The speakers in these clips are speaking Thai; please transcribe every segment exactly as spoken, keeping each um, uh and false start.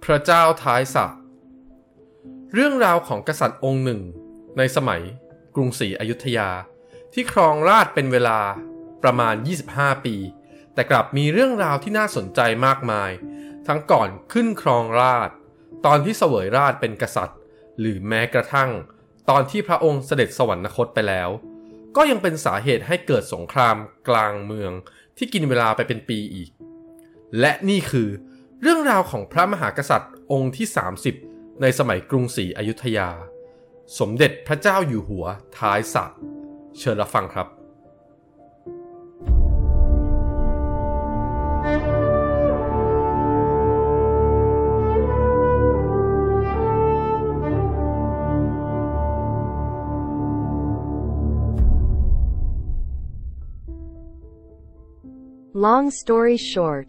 พระเจ้าท้ายสระเรื่องราวของกษัตริย์องค์หนึ่งในสมัยกรุงศรีอยุธยาที่ครองราชย์เป็นเวลาประมาณยี่สิบห้าปีแต่กลับมีเรื่องราวที่น่าสนใจมากมายทั้งก่อนขึ้นครองราชย์ตอนที่เสวยราชย์เป็นกษัตริย์หรือแม้กระทั่งตอนที่พระองค์เสด็จสวรรคตไปแล้วก็ยังเป็นสาเหตุให้เกิดสงครามกลางเมืองที่กินเวลาไปเป็นปีอีกและนี่คือเรื่องราวของพระมหากษัตริย์องค์ที่สามสิบในสมัยกรุงศรีอยุธยาสมเด็จพระเจ้าอยู่หัวท้ายสระเชิญรับฟังครับ Long story short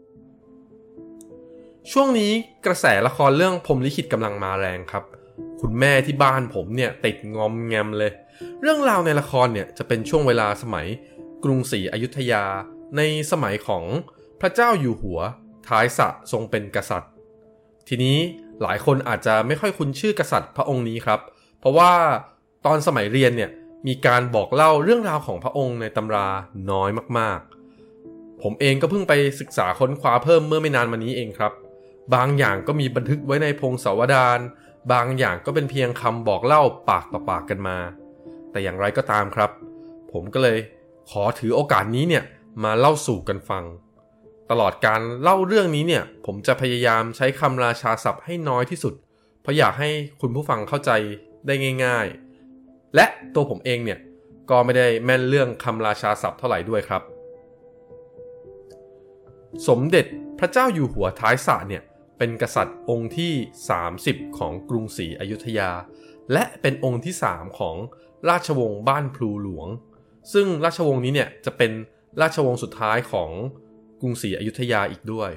ช่วงนี้กระแสละครเรื่องพรหมลิขิตกำลังมาแรงครับคุณแม่ที่บ้านผมเนี่ยติดงอมแงมเลยเรื่องราวในละครเนี่ยจะเป็นช่วงเวลาสมัยกรุงศรีอยุธยาในสมัยของพระเจ้าอยู่หัวท้ายสระทรงเป็นกษัตริย์ทีนี้หลายคนอาจจะไม่ค่อยคุ้นชื่อกษัตริย์พระองค์นี้ครับเพราะว่าตอนสมัยเรียนเนี่ยมีการบอกเล่าเรื่องราวของพระองค์ในตำราน้อยมากๆผมเองก็เพิ่งไปศึกษาค้นคว้าเพิ่มเมื่อไม่นานมานี้เองครับบางอย่างก็มีบันทึกไว้ในพงศาวดารบางอย่างก็เป็นเพียงคำบอกเล่าปากต่อปากกันมาแต่อย่างไรก็ตามครับผมก็เลยขอถือโอกาสนี้เนี่ยมาเล่าสู่กันฟังตลอดการเล่าเรื่องนี้เนี่ยผมจะพยายามใช้คำราชาศัพท์ให้น้อยที่สุดเพราะอยากให้คุณผู้ฟังเข้าใจได้ง่ายๆและตัวผมเองเนี่ยก็ไม่ได้แม่นเรื่องคำราชาศัพท์เท่าไหร่ด้วยครับสมเด็จพระเจ้าอยู่หัวท้ายสระเนี่ยเป็นกษัตริย์องค์ที่สามสิบของกรุงศรีอยุธยาและเป็นองค์ที่สามของราชวงศ์บ้านพลูหลวงซึ่งราชวงศ์นี้เนี่ยจะเป็นราชวงศ์สุดท้ายของกรุงศรีอยุธยาอีกด้วย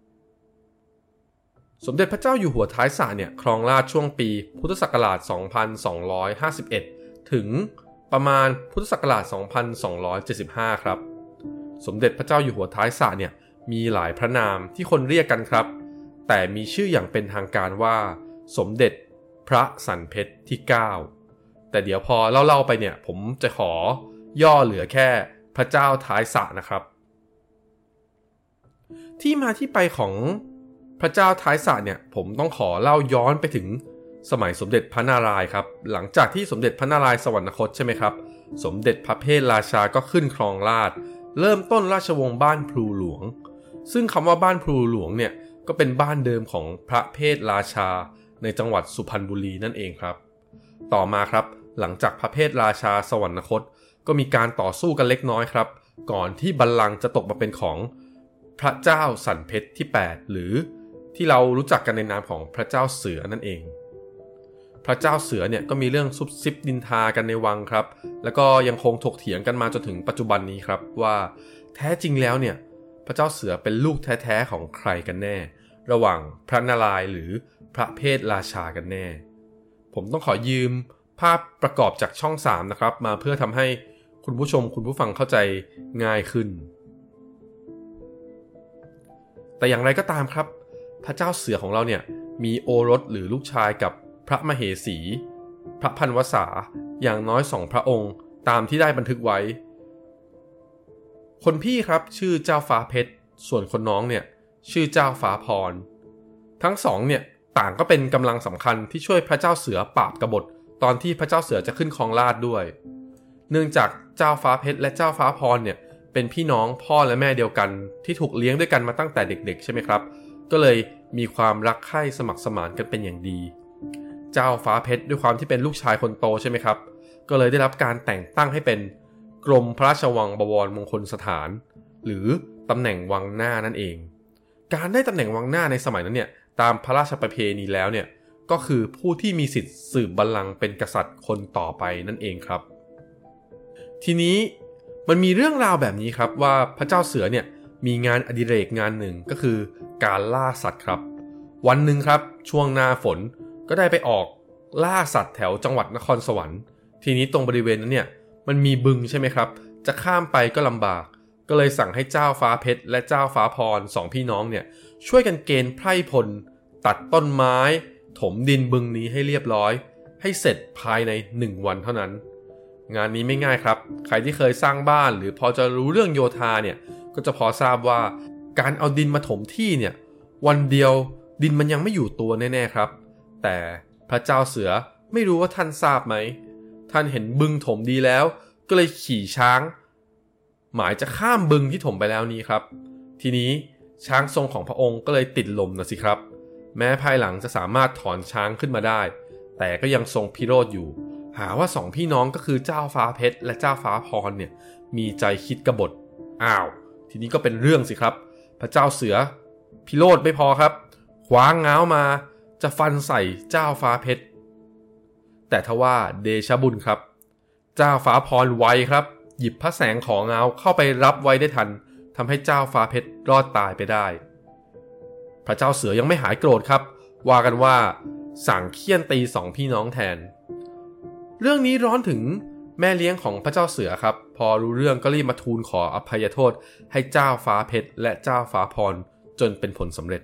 สมเด็จพระเจ้าอยู่หัวท้ายสระเนี่ยครองราชย์ช่วงปีพุทธศักราชสองพันสองร้อยห้าสิบเอ็ดถึงประมาณพุทธศักราชสองพันสองร้อยเจ็ดสิบห้าครับสมเด็จพระเจ้าอยู่หัวท้ายสระเนี่ยมีหลายพระนามที่คนเรียกกันครับแต่มีชื่ออย่างเป็นทางการว่าสมเด็จพระสันเพชรที่เก้าแต่เดี๋ยวพอเล่าๆไปเนี่ยผมจะขอย่อเหลือแค่พระเจ้าท้ายสระนะครับที่มาที่ไปของพระเจ้าท้ายสระเนี่ยผมต้องขอเล่าย้อนไปถึงสมัยสมเด็จพระนารายณ์ครับหลังจากที่สมเด็จพระนารายณ์สวรรคตใช่ไหมครับสมเด็จพระเพทราชาก็ขึ้นครองราชย์เริ่มต้นราชวงศ์บ้านพลูหลวงซึ่งคำว่าบ้านพลูหลวงเนี่ยก็เป็นบ้านเดิมของพระเพทราชาในจังหวัดสุพรรณบุรีนั่นเองครับต่อมาครับหลังจากพระเพทราชาสวรรคตก็มีการต่อสู้กันเล็กน้อยครับก่อนที่บัลลังก์จะตกมาเป็นของพระเจ้าสันเพชรที่แปดหรือที่เรารู้จักกันในนามของพระเจ้าเสือนั่นเองพระเจ้าเสือเนี่ยก็มีเรื่องซุบซิบนินทากันในวังครับแล้วก็ยังคงถกเถียงกันมาจนถึงปัจจุบันนี้ครับว่าแท้จริงแล้วเนี่ยพระเจ้าเสือเป็นลูกแท้ๆของใครกันแน่ระหว่างพระนารายณ์หรือพระเพทราชากันแน่ผมต้องขอยืมภาพประกอบจากช่องสามนะครับมาเพื่อทำให้คุณผู้ชมคุณผู้ฟังเข้าใจง่ายขึ้นแต่อย่างไรก็ตามครับพระเจ้าเสือของเราเนี่ยมีโอรสหรือลูกชายกับพระมเหสี พระพันวษาอย่างน้อยสองพระองค์ตามที่ได้บันทึกไว้คนพี่ครับชื่อเจ้าฟ้าเพชรส่วนคนน้องเนี่ยชื่อเจ้าฟ้าพรทั้งสองเนี่ยต่างก็เป็นกำลังสำคัญที่ช่วยพระเจ้าเสือปราบกบฏตอนที่พระเจ้าเสือจะขึ้นครองราชย์ด้วยเนื่องจากเจ้าฟ้าเพชรและเจ้าฟ้าพรเนี่ยเป็นพี่น้องพ่อและแม่เดียวกันที่ถูกเลี้ยงด้วยกันมาตั้งแต่เด็กๆใช่ไหมครับก็เลยมีความรักใคร่สมัครสมานกันเป็นอย่างดีเจ้าฟ้าเพชรด้วยความที่เป็นลูกชายคนโตใช่ไหมครับก็เลยได้รับการแต่งตั้งให้เป็นกรมพระราชวังบวรมงคลสถานหรือตำแหน่งวังหน้านั่นเองการได้ตำแหน่งวังหน้าในสมัยนั้นเนี่ยตามพระราชประเพณีแล้วเนี่ยก็คือผู้ที่มีสิทธิ์สืบบัลลังก์เป็นกษัตริย์คนต่อไปนั่นเองครับทีนี้มันมีเรื่องราวแบบนี้ครับว่าพระเจ้าเสือเนี่ยมีงานอดิเรกงานหนึ่งก็คือการล่าสัตว์ครับวันหนึ่งครับช่วงหน้าฝนก็ได้ไปออกล่าสัตว์แถวจังหวัดนครสวรรค์ทีนี้ตรงบริเวณนั้นเนี่ยมันมีบึงใช่ไหมครับจะข้ามไปก็ลำบากก็เลยสั่งให้เจ้าฟ้าเพชรและเจ้าฟ้าพรสองพี่น้องเนี่ยช่วยกันเกณฑ์ไพร่พลตัดต้นไม้ถมดินบึงนี้ให้เรียบร้อยให้เสร็จภายในหนึ่งวันเท่านั้นงานนี้ไม่ง่ายครับใครที่เคยสร้างบ้านหรือพอจะรู้เรื่องโยธาเนี่ยก็จะพอทราบว่าการเอาดินมาถมที่เนี่ยวันเดียวดินมันยังไม่อยู่ตัวแน่ๆครับแต่พระเจ้าเสือไม่รู้ว่าท่านทราบไหมท่านเห็นบึงถมดีแล้วก็เลยขี่ช้างหมายจะข้ามบึงที่ถมไปแล้วนี้ครับทีนี้ช้างทรงของพระองค์ก็เลยติดลมนะสิครับแม้ภายหลังจะสามารถถอนช้างขึ้นมาได้แต่ก็ยังทรงพิโรธอยู่หาว่าสองพี่น้องก็คือเจ้าฟ้าเพชรและเจ้าฟ้าพรเนี่ยมีใจคิดกบฏอ้าวทีนี้ก็เป็นเรื่องสิครับพระเจ้าเสือพิโรธไม่พอครับคว้าง้าวมาจะฟันใส่เจ้าฟ้าเพชรแต่ทว่าเดชะบุญครับเจ้าฟ้าพรไวครับหยิบพระแสงของง้าวเข้าไปรับไว้ได้ทันทำให้เจ้าฟ้าเพชรรอดตายไปได้พระเจ้าเสือยังไม่หายโกรธครับว่ากันว่าสั่งเฆี่ยนตีสองพี่น้องแทนเรื่องนี้ร้อนถึงแม่เลี้ยงของพระเจ้าเสือครับพอรู้เรื่องก็รีบมาทูลขออภัยโทษให้เจ้าฟ้าเพชรและเจ้าฟ้าพรจนเป็นผลสำเร็จ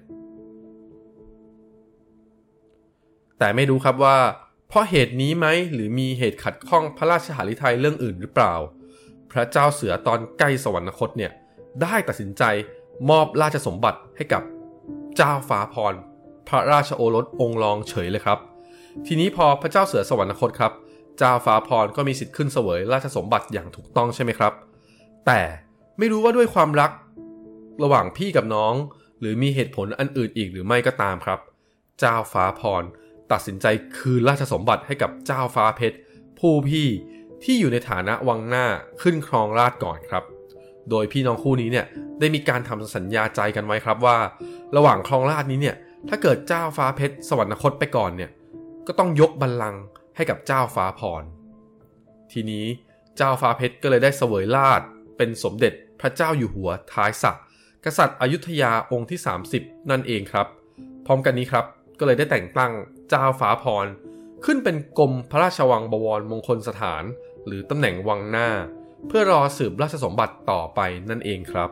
แต่ไม่รู้ครับว่าเพราะเหตุนี้ไหมหรือมีเหตุขัดข้องพระราชหฤทัยเรื่องอื่นหรือเปล่าพระเจ้าเสือตอนใกล้สวรรคตเนี่ยได้ตัดสินใจมอบราชสมบัติให้กับเจ้าฟ้าพรพระราชโอรสองค์รองเฉยเลยครับทีนี้พอพระเจ้าเสือสวรรคตครับเจ้าฟ้าพรก็มีสิทธิ์ขึ้นเสวยราชสมบัติอย่างถูกต้องใช่ไหมครับแต่ไม่รู้ว่าด้วยความรักระหว่างพี่กับน้องหรือมีเหตุผลอันอื่นอีกหรือไม่ก็ตามครับเจ้าฟ้าพรตัดสินใจคืนราชสมบัติให้กับเจ้าฟ้าเพชรผู้พี่ที่อยู่ในฐานะวังหน้าขึ้นครองราชย์ก่อนครับโดยพี่น้องคู่นี้เนี่ยได้มีการทำสัญญาใจกันไว้ครับว่าระหว่างครองราชย์นี้เนี่ยถ้าเกิดเจ้าฟ้าเพชรสวรรคตไปก่อนเนี่ยก็ต้องยกบัลลังก์ให้กับเจ้าฟ้าพรทีนี้เจ้าฟ้าเพชรก็เลยได้เสวยราชย์เป็นสมเด็จพระเจ้าอยู่หัวท้ายศักดิ์กษัตริย์อยุธยาองค์ที่สามสิบนั่นเองครับพร้อมกันนี้ครับก็เลยได้แต่งตั้งเจ้าฟ้าพรขึ้นเป็นกรมพระราชวังบวรมงคลสถานหรือตำแหน่งวังหน้าเพื่อรอสืบราชสมบัติต่อไปนั่นเองครับ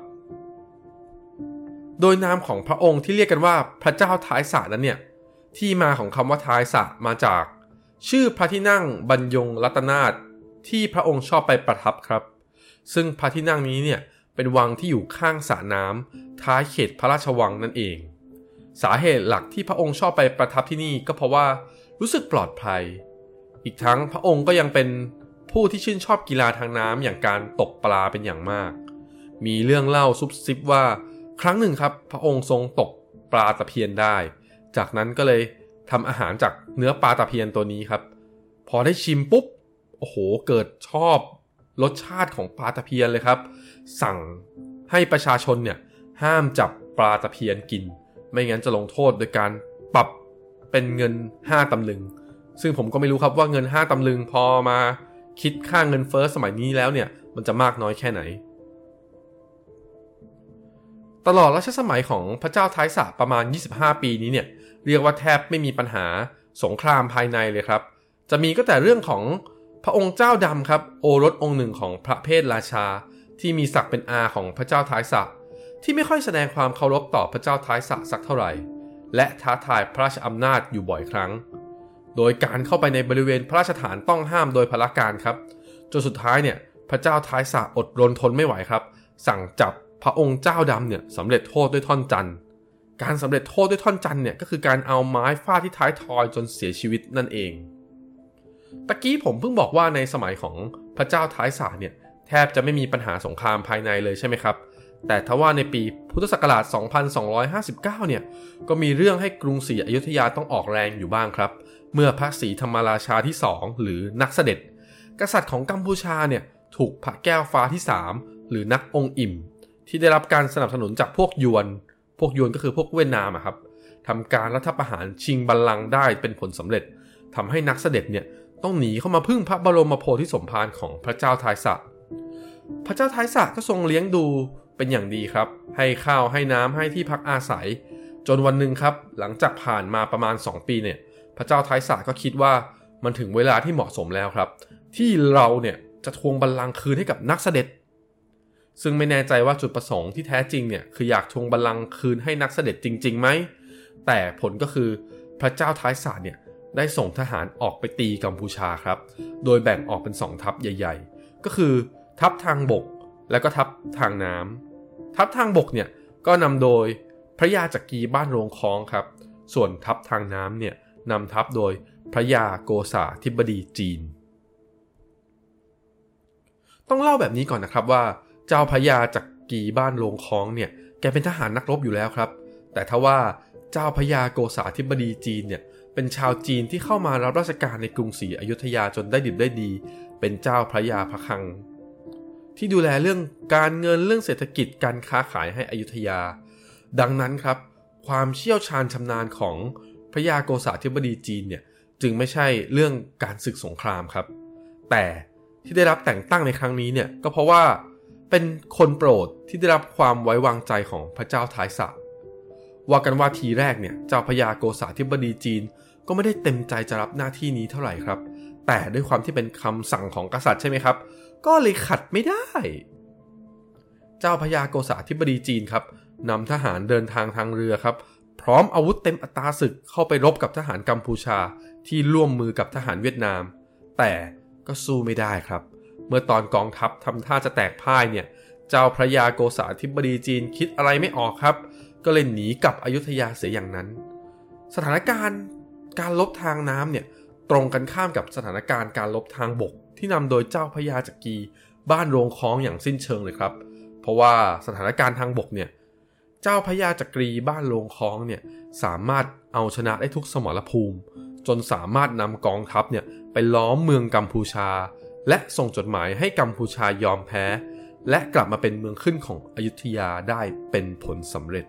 โดยนามของพระองค์ที่เรียกกันว่าพระเจ้าท้ายสระนั้นเนี่ยที่มาของคำว่าท้ายสระมาจากชื่อพระที่นั่งบรรยงรัตนาถที่พระองค์ชอบไปประทับครับซึ่งพระที่นั่งนี้เนี่ยเป็นวังที่อยู่ข้างสระน้ำท้ายเขตพระราชวังนั่นเองสาเหตุหลักที่พระองค์ชอบไปประทับที่นี่ก็เพราะว่ารู้สึกปลอดภัยอีกทั้งพระองค์ก็ยังเป็นผู้ที่ชื่นชอบกีฬาทางน้ำอย่างการตกปลาเป็นอย่างมากมีเรื่องเล่าซุบซิบว่าครั้งหนึ่งครับพระองค์ทรงตกปลาตะเพียนได้จากนั้นก็เลยทำอาหารจากเนื้อปลาตะเพียนตัวนี้ครับพอได้ชิมปุ๊บโอ้โหเกิดชอบรสชาติของปลาตะเพียนเลยครับสั่งให้ประชาชนเนี่ยห้ามจับปลาตะเพียนกินไม่งั้นจะลงโทษโดยการปรับเป็นเงินห้าตำลึงซึ่งผมก็ไม่รู้ครับว่าเงินห้าตำลึงพอมาคิดค่าเงินเฟ้อสมัยนี้แล้วเนี่ยมันจะมากน้อยแค่ไหนตลอดรัชสมัยของพระเจ้าท้ายสระประมาณยี่สิบห้าปีนี้เนี่ยเรียกว่าแทบไม่มีปัญหาสงครามภายในเลยครับจะมีก็แต่เรื่องของพระองค์เจ้าดำครับโอรสองค์หนึ่งของพระเพทราชาที่มีศักดิ์เป็นอาของพระเจ้าท้ายสระที่ไม่ค่อยแสดงความเคารพต่อพระเจ้าท้ายสระสักเท่าไหร่และท้าทายพระราชอำนาจอยู่บ่อยครั้งโดยการเข้าไปในบริเวณพระราชฐานต้องห้ามโดยพลการครับจนสุดท้ายเนี่ยพระเจ้าท้ายสระอดรนทนไม่ไหวครับสั่งจับพระองค์เจ้าดำเนี่ยสำเร็จโทษด้วยท่อนจันทร์การสำเร็จโทษด้วยท่อนจันทร์เนี่ยก็คือการเอาไม้ฟาดที่ท้ายทอยจนเสียชีวิตนั่นเองตะกี้ผมเพิ่งบอกว่าในสมัยของพระเจ้าท้ายสระเนี่ยแทบจะไม่มีปัญหาสงครามภายในเลยใช่ไหมครับแต่ทว่าในปีพุทธศักราชสองพันสองร้อยห้าสิบเก้าเนี่ยก็มีเรื่องให้กรุงศรีอยุธยาต้องออกแรงอยู่บ้างครับเมื่อพระศรีธรรมราชาที่สองหรือนักเสด็จกษัตริย์ของกัมพูชาเนี่ยถูกพระแก้วฟ้าที่สามหรือนักองค์อิ่มที่ได้รับการสนับสนุนจากพวกยวนพวกยวนก็คือพวกเวียดนามครับทำการรัฐประหารชิงบัลลังก์ได้เป็นผลสำเร็จทำให้นักเสด็จเนี่ยต้องหนีเข้ามาพึ่งพระบรมโพธิสมภารของพระเจ้าท้ายสระพระเจ้าท้ายสระก็ทรงเลี้ยงดูเป็นอย่างดีครับให้ข้าวให้น้ำให้ที่พักอาศัยจนวันหนึ่งครับหลังจากผ่านมาประมาณสองปีเนี่ยพระเจ้าท้ายสระก็คิดว่ามันถึงเวลาที่เหมาะสมแล้วครับที่เราเนี่ยจะทวงบัลลังก์คืนให้กับนักเสด็จซึ่งไม่แน่ใจว่าจุดประสงค์ที่แท้จริงเนี่ยคืออยากทวงบัลลังก์คืนให้นักเสด็จจริงๆไหมแต่ผลก็คือพระเจ้าท้ายสาเนี่ยได้ส่งทหารออกไปตีกัมพูชาครับโดยแบ่งออกเป็นสองทัพใหญ่ๆก็คือทัพทางบกและก็ทัพทางน้ำทัพทางบกเนี่ยก็นำโดยพระยาจักรีบ้านโรงค้องครับส่วนทัพทางน้ำเนี่ยนำทัพโดยพระยาโกษาธิบดีจีนต้องเล่าแบบนี้ก่อนนะครับว่าเจ้าพระยาจักรีบ้านโรงค้องเนี่ยแกเป็นทหารนักรบอยู่แล้วครับแต่ทว่าเจ้าพระยาโกษาธิบดีจีนเนี่ยเป็นชาวจีนที่เข้ามารับราชการในกรุงศรีอยุธยาจนได้ดิบได้ดีเป็นเจ้าพระยาพระคลังที่ดูแลเรื่องการเงินเรื่องเศรษฐกิจการค้าขายให้อยุธยาดังนั้นครับความเชี่ยวชาญชำนาญของพระยาโกษาธิบดีจีนเนี่ยจึงไม่ใช่เรื่องการศึกสงครามครับแต่ที่ได้รับแต่งตั้งในครั้งนี้เนี่ยก็เพราะว่าเป็นคนโปรดที่ได้รับความไว้วางใจของพระเจ้าท้ายสาว่ากันว่าทีแรกเนี่ยเจ้าพระยาโกษาธิบดีจีนก็ไม่ได้เต็มใจจะรับหน้าที่นี้เท่าไหร่ครับแต่ด้วยความที่เป็นคำสั่งของกษัตริย์ใช่ไหมครับก็เลยขัดไม่ได้เจ้าพระยาโกษาธิบดีจีนครับนำทหารเดินทางทางเรือครับพร้อมอาวุธเต็มอัตราศึกเข้าไปรบกับทหารกัมพูชาที่ร่วมมือกับทหารเวียดนามแต่ก็สู้ไม่ได้ครับเมื่อตอนกองทัพทำท่าจะแตกพ่ายเนี่ยเจ้าพระยาโกษาธิบดีจีนคิดอะไรไม่ออกครับก็เลยหนีกลับอยุธยาเสียอย่างนั้นสถานการณ์การรบทางน้ำเนี่ยตรงกันข้ามกับสถานการณ์การรบทางบกที่นำโดยเจ้าพระยาจักรีบ้านโรงค้องอย่างสิ้นเชิงเลยครับเพราะว่าสถานการณ์ทางบกเนี่ยเจ้าพระยาจักรีบ้านโรงค้องเนี่ยสามารถเอาชนะได้ทุกสมรภูมิจนสามารถนำกองทัพเนี่ยไปล้อมเมืองกัมพูชาและส่งจดหมายให้กัมพูชายอมแพ้และกลับมาเป็นเมืองขึ้นของอยุธยาได้เป็นผลสำเร็จ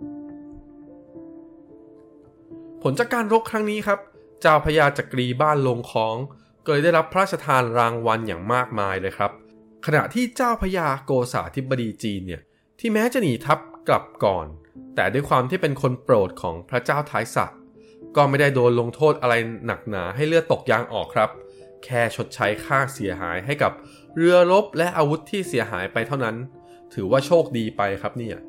ผลจากการรบครั้งนี้ครับเจ้าพระยาจักรีบ้านโรงค้องก็เลยได้รับพระราชทานรางวัลอย่างมากมายเลยครับขณะที่เจ้าพระยาโกษาธิบดีจีนเนี่ยที่แม้จะหนีทัพกลับก่อนแต่ด้วยความที่เป็นคนโปรดของพระเจ้าท้ายสะก็ไม่ได้โดนลงโทษอะไรหนักหนาให้เลือดตกยางออกครับแค่ชดใช้ค่าเสียหายให้กับเรือรบและอาวุธที่เสียหายไปเท่านั้นถือว่าโชคดีไปครับเนี่ย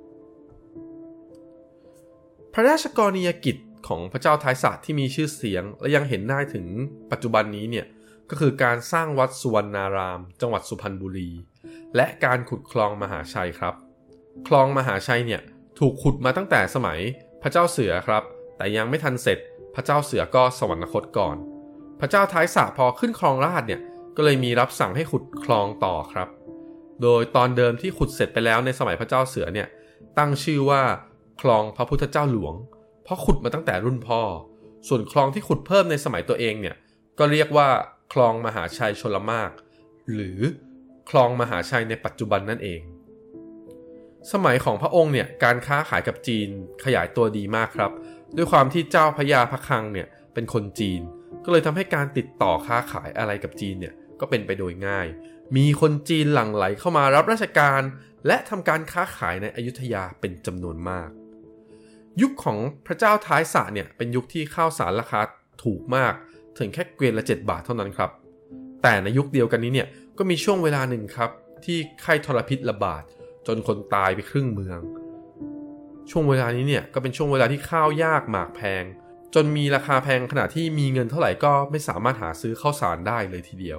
พระราชกรณียกิจของพระเจ้าท้ายสะที่มีชื่อเสียงและยังเห็นได้ถึงปัจจุบันนี้เนี่ยก็คือการสร้างวัดสุวรรณารามจังหวัดสุพรรณบุรีและการขุดคลองมหาชัยครับคลองมหาชัยเนี่ยถูกขุดมาตั้งแต่สมัยพระเจ้าเสือครับแต่ยังไม่ทันเสร็จพระเจ้าเสือก็สวรรคตก่อนพระเจ้าท้ายสะพอขึ้นครองราชย์เนี่ยก็เลยมีรับสั่งให้ขุดคลองต่อครับโดยตอนเดิมที่ขุดเสร็จไปแล้วในสมัยพระเจ้าเสือเนี่ยตั้งชื่อว่าคลองพระพุทธเจ้าหลวงเพราะขุดมาตั้งแต่รุ่นพ่อส่วนคลองที่ขุดเพิ่มในสมัยตัวเองเนี่ยก็เรียกว่าคลองมหาชัยชลมารหรือคลองมหาชัยในปัจจุบันนั่นเองสมัยของพระองค์เนี่ยการค้าขายกับจีนขยายตัวดีมากครับด้วยความที่เจ้าพระยาพระคลังเนี่ยเป็นคนจีนก็เลยทำให้การติดต่อค้าขายอะไรกับจีนเนี่ยก็เป็นไปโดยง่ายมีคนจีนหลั่งไหลเข้ามารับราชการและทำการค้าขายในอยุธยาเป็นจำนวนมากยุคของพระเจ้าท้ายสะเนี่ยเป็นยุคที่ข้าวสารราคาถูกมากถึงแค่เกวียนละเจ็ดบาทเท่านั้นครับแต่ในยุคเดียวกันนี้เนี่ยก็มีช่วงเวลาหนึ่งครับที่ไข้ทรพิษระบาดจนคนตายไปครึ่งเมืองช่วงเวลานี้เนี่ยก็เป็นช่วงเวลาที่ข้าวยากหมากแพงจนมีราคาแพงขณะที่มีเงินเท่าไหร่ก็ไม่สามารถหาซื้อข้าวสารได้เลยทีเดีย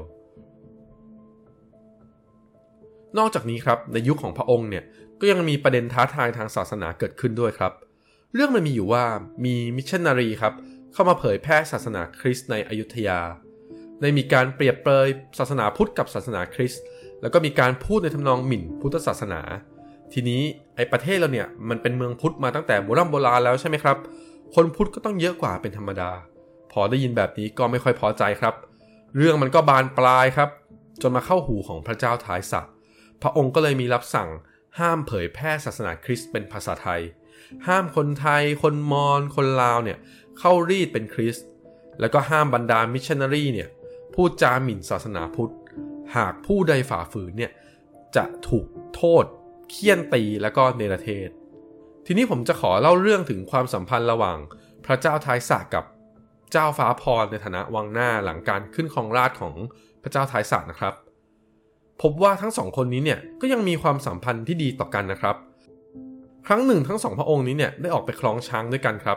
วนอกจากนี้ครับในยุคของพระองค์เนี่ยก็ยังมีประเด็นท้าทายทางศาสนาเกิดขึ้นด้วยครับเรื่องมันมีอยู่ว่ามีมิชชันนารีครับเข้ามาเผยแพร่ศาสนาคริสต์ในอยุธยาได้มีการเปรียบเปรยศาสนาพุทธกับศาสนาคริสต์แล้วก็มีการพูดในทำนองหมิ่นพุทธศาสนาทีนี้ไอ้ประเทศเราเนี่ยมันเป็นเมืองพุทธมาตั้งแต่โบราณโบราณแล้วใช่ไหมครับคนพุทธก็ต้องเยอะกว่าเป็นธรรมดาพอได้ยินแบบนี้ก็ไม่ค่อยพอใจครับเรื่องมันก็บานปลายครับจนมาเข้าหูของพระเจ้าท้ายสะพระองค์ก็เลยมีรับสั่งห้ามเผยแพร่ศาสนาคริสต์เป็นภาษาไทยห้ามคนไทยคนมอญคนลาวเนี่ยเข้ารีดเป็นคริสต์แล้วก็ห้ามบรรดามิชชันนารีเนี่ยพูดจาหมิ่นศาสนาพุทธหากผู้ใดฝ่าฝืนเนี่ยจะถูกโทษเฆี่ยนตีแล้วก็เนรเทศทีนี้ผมจะขอเล่าเรื่องถึงความสัมพันธ์ระหว่างพระเจ้าท้ายสะกับเจ้าฟ้าพรในฐานะวังหน้าหลังการขึ้นครองราชย์ของพระเจ้าท้ายสะนะครับพบว่าทั้งสองคนนี้เนี่ยก็ยังมีความสัมพันธ์ที่ดีต่อกันนะครับครั้งหนึ่งทั้งสองพระองค์นี้เนี่ยได้ออกไปคล้องช้างด้วยกันครับ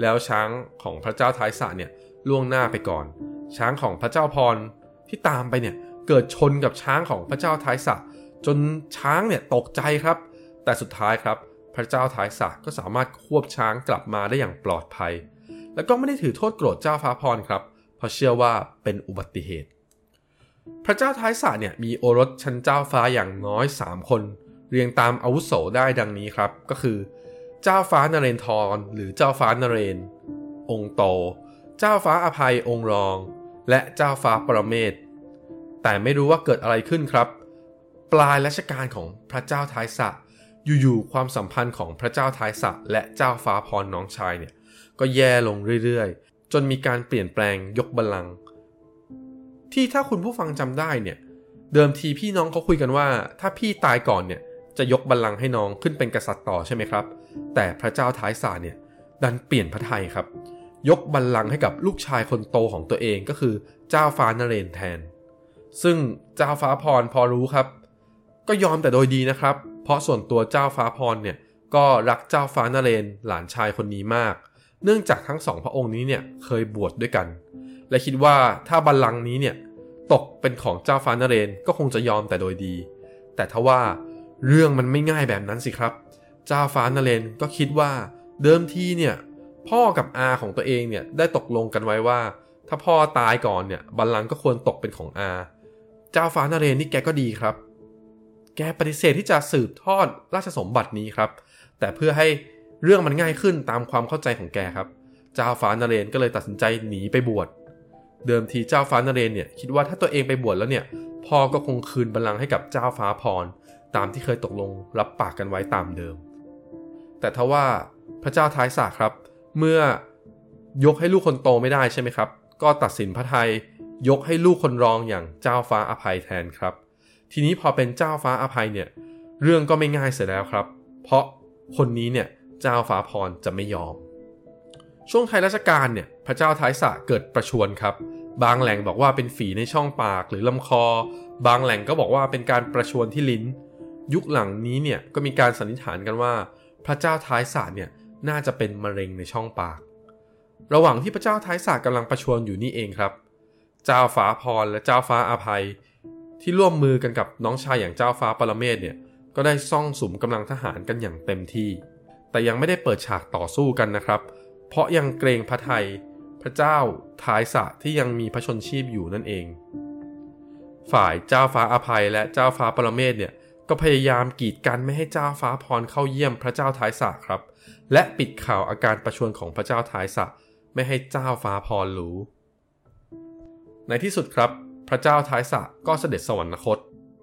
แล้วช้างของพระเจ้าท้ายสระเนี่ยล่วงหน้าไปก่อนช้างของพระเจ้าพรที่ตามไปเนี่ยเกิดชนกับช้างของพระเจ้าท้ายสระจนช้างเนี่ยตกใจครับแต่สุดท้ายครับพระเจ้าท้ายสระก็สามารถควบช้างกลับมาได้อย่างปลอดภัยแล้วก็ไม่ได้ถือโทษโกรธเจ้าฟ้าพรครับเพราะเชื่อว่าเป็นอุบัติเหตุพระเจ้าท้ายสระเนี่ยมีโอรสชั้นเจ้าฟ้าอย่างน้อยสามคนเรียงตามอาวุโสได้ดังนี้ครับก็คือเจ้าฟ้านเรนทรหรือเจ้าฟ้านเรนองค์โตเจ้าฟ้าอภัยองค์รองและเจ้าฟ้าปรเมศแต่ไม่รู้ว่าเกิดอะไรขึ้นครับปลายรัชกาลของพระเจ้าท้ายสระอยู่ๆความสัมพันธ์ของพระเจ้าท้ายสระและเจ้าฟ้าพรน้องชายเนี่ยก็แย่ลงเรื่อยๆจนมีการเปลี่ยนแปลงยกบัลลังก์ที่ถ้าคุณผู้ฟังจำได้เนี่ยเดิมทีพี่น้องเขาคุยกันว่าถ้าพี่ตายก่อนเนี่ยจะยกบัลลังก์ให้น้องขึ้นเป็นกษัตริย์ต่อใช่ไหมครับแต่พระเจ้าท้ายสระเนี่ยดันเปลี่ยนพระทัยครับยกบัลลังก์ให้กับลูกชายคนโตของตัวเองก็คือเจ้าฟ้านเรนแทนซึ่งเจ้าฟ้าพรพอรู้ครับก็ยอมแต่โดยดีนะครับเพราะส่วนตัวเจ้าฟ้าพรเนี่ยก็รักเจ้าฟ้านเรนหลานชายคนนี้มากเนื่องจากทั้งสองพระองค์นี้เนี่ยเคยบวชด้วยกันและคิดว่าถ้าบัลลังก์นี้เนี่ยตกเป็นของเจ้าฟ้านเรนก็คงจะยอมแต่โดยดีแต่ทว่าเรื่องมันไม่ง่ายแบบนั้นสิครับเจ้าฟ้านเรนก็คิดว่าเดิมทีเนี่ยพ่อกับอาของตัวเองเนี่ยได้ตกลงกันไว้ว่าถ้าพ่อตายก่อนเนี่ยบัลลังก์ก็ควรตกเป็นของอาเจ้าฟ้านเรนนี่แกก็ดีครับแกปฏิเสธที่จะสืบทอดราชสมบัตินี้ครับแต่เพื่อให้เรื่องมันง่ายขึ้นตามความเข้าใจของแกครับเจ้าฟ้านเรนก็เลยตัดสินใจหนีไปบวชเดิมทีเจ้าฟ้านเรนเนี่ยคิดว่าถ้าตัวเองไปบวชแล้วเนี่ยพ่อก็คงคืนบัลลังก์ให้กับเจ้าฟ้าพรตามที่เคยตกลงรับปากกันไว้ตามเดิมแต่ทว่าพระเจ้าท้ายสระครับเมื่อยกให้ลูกคนโตไม่ได้ใช่ไหมครับก็ตัดสินพระทัยยกให้ลูกคนรองอย่างเจ้าฟ้าอภัยแทนครับทีนี้พอเป็นเจ้าฟ้าอภัยเนี่ยเรื่องก็ไม่ง่ายเสียแล้วครับเพราะคนนี้เนี่ยเจ้าฟ้าพรจะไม่ยอมช่วงท้ายรัชกาลเนี่ยพระเจ้าท้ายสระเกิดประชวรครับบางแหล่งบอกว่าเป็นฝีในช่องปากหรือลำคอบางแหล่งก็บอกว่าเป็นการประชวรที่ลิ้นยุคหลังนี้เนี่ยก็มีการสันนิษฐานกันว่าพระเจ้าท้ายสระเนี่ยน่าจะเป็นมะเร็งในช่องปากระหว่างที่พระเจ้าท้ายสระกำลังประชวรอยู่นี่เองครับเจ้าฟ้าพรและเจ้าฟ้าอภัยที่ร่วมมือกันกับน้องชายอย่างเจ้าฟ้าปรเมศเนี่ยก็ได้ซ่องสุมกำลังทหารกันอย่างเต็มที่แต่ยังไม่ได้เปิดฉากต่อสู้กันนะครับเพราะยังเกรงพระทัยพระเจ้าท้ายสระที่ยังมีพระชนชีพอยู่นั่นเองฝ่ายเจ้าฟ้าอภัยและเจ้าฟ้าปรเมศเนี่ยก็พยายามกีดกันไม่ให้เจ้าฟ้าพรเข้าเยี่ยมพระเจ้าท้ายสระครับและปิดข่าวอาการประชวรของพระเจ้าท้ายสระไม่ให้เจ้าฟ้าพรรู้ในที่สุดครับพระเจ้าท้ายสระก็เสด็จสวรรคต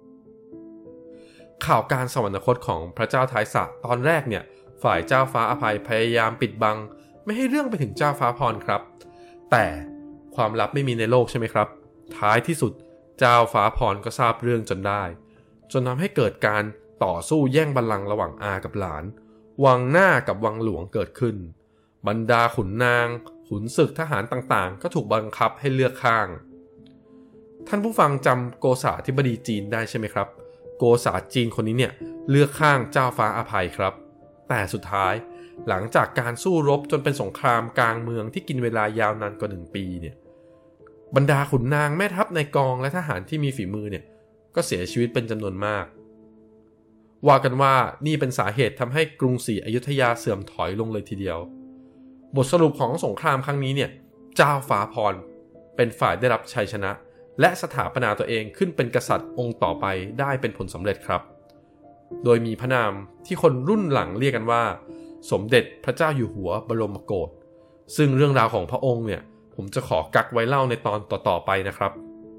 ข่าวการสวรรคตของพระเจ้าท้ายสระตอนแรกเนี่ยฝ่ายเจ้าฟ้าอภัยพยายามปิดบังไม่ให้เรื่องไปถึงเจ้าฟ้าพรครับแต่ความลับไม่มีในโลกใช่ไหมครับท้ายที่สุดเจ้าฟ้าพรก็ทราบเรื่องจนได้จนทำให้เกิดการต่อสู้แย่งบัลลังก์ระหว่างอากับหลานวังหน้ากับวังหลวงเกิดขึ้นบรรดาขุนนางขุนศึกทหารต่างๆก็ถูกบังคับให้เลือกข้างท่านผู้ฟังจำโกษาธิบดีจีนได้ใช่ไหมครับโกษาจีนคนนี้เนี่ยเลือกข้างเจ้าฟ้าอภัยครับแต่สุดท้ายหลังจากการสู้รบจนเป็นสงครามกลางเมืองที่กินเวลายาวนานกว่าหนึ่งปีเนี่ยบรรดาขุนนางแม่ทัพในกองและทหารที่มีฝีมือเนี่ยก็เสียชีวิตเป็นจำนวนมากว่ากันว่านี่เป็นสาเหตุทำให้กรุงศรีอยุธยาเสื่อมถอยลงเลยทีเดียวบทสรุปของสงครามครั้งนี้เนี่ยเจ้าฟ้าพรเป็นฝ่ายได้รับชัยชนะและสถาปนาตัวเองขึ้นเป็นกษัตริย์องค์ต่อไปได้เป็นผลสำเร็จครับโดยมีพระนามที่คนรุ่นหลังเรียกกันว่าสมเด็จพระเจ้าอยู่หัวบรมโกศซึ่งเรื่องราวของพระองค์เนี่ยผมจะขอกักไว้เล่าในตอนต่อๆไปนะครับ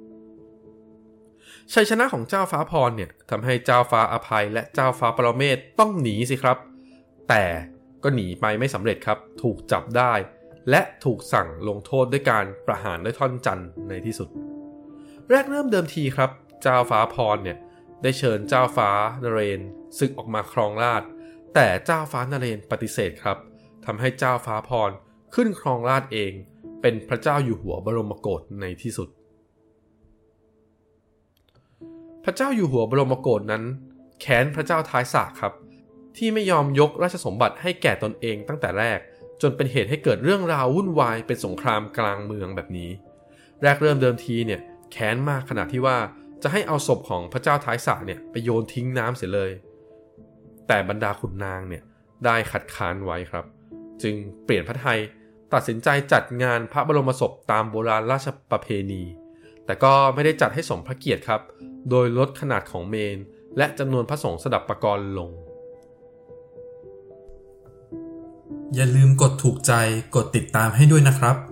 ชัยชนะของเจ้าฟ้าพรเนี่ยทำให้เจ้าฟ้าอภัยและเจ้าฟ้าปรเมศต้องหนีสิครับแต่ก็หนีไปไม่สำเร็จครับถูกจับได้และถูกสั่งลงโทษด้วยการประหารด้วยท่อนจันทร์ในที่สุดแรกเริ่มเดิมทีครับเจ้าฟ้าพรเนี่ยได้เชิญเจ้าฟ้านเรนศึกออกมาครองราชย์แต่เจ้าฟ้านเรนปฏิเสธครับทำให้เจ้าฟ้าพรขึ้นครองราชย์เองเป็นพระเจ้าอยู่หัวบรมโกศในที่สุดพระเจ้าอยู่หัวบรมโกศนั้นแค้นพระเจ้าท้ายสระครับที่ไม่ยอมยกราชสมบัติให้แก่ตนเองตั้งแต่แรกจนเป็นเหตุให้เกิดเรื่องราววุ่นวายเป็นสงครามกลางเมืองแบบนี้แรกเริ่มเดิมทีเนี่ยแค้นมากขนาดที่ว่าจะให้เอาศพของพระเจ้าท้ายสระเนี่ยไปโยนทิ้งน้ำเสียเลยแต่บรรดาขุนนางเนี่ยได้ขัดขานไว้ครับจึงเปลี่ยนพระทัยตัดสินใจจัดงานพระบรมศพตามโบราณราชประเพณีแต่ก็ไม่ได้จัดให้สมพระเกียรติครับโดยลดขนาดของเมนและจำนวนพระสงฆ์สดับปกรณ์ลงอย่าลืมกดถูกใจกดติดตามให้ด้วยนะครับ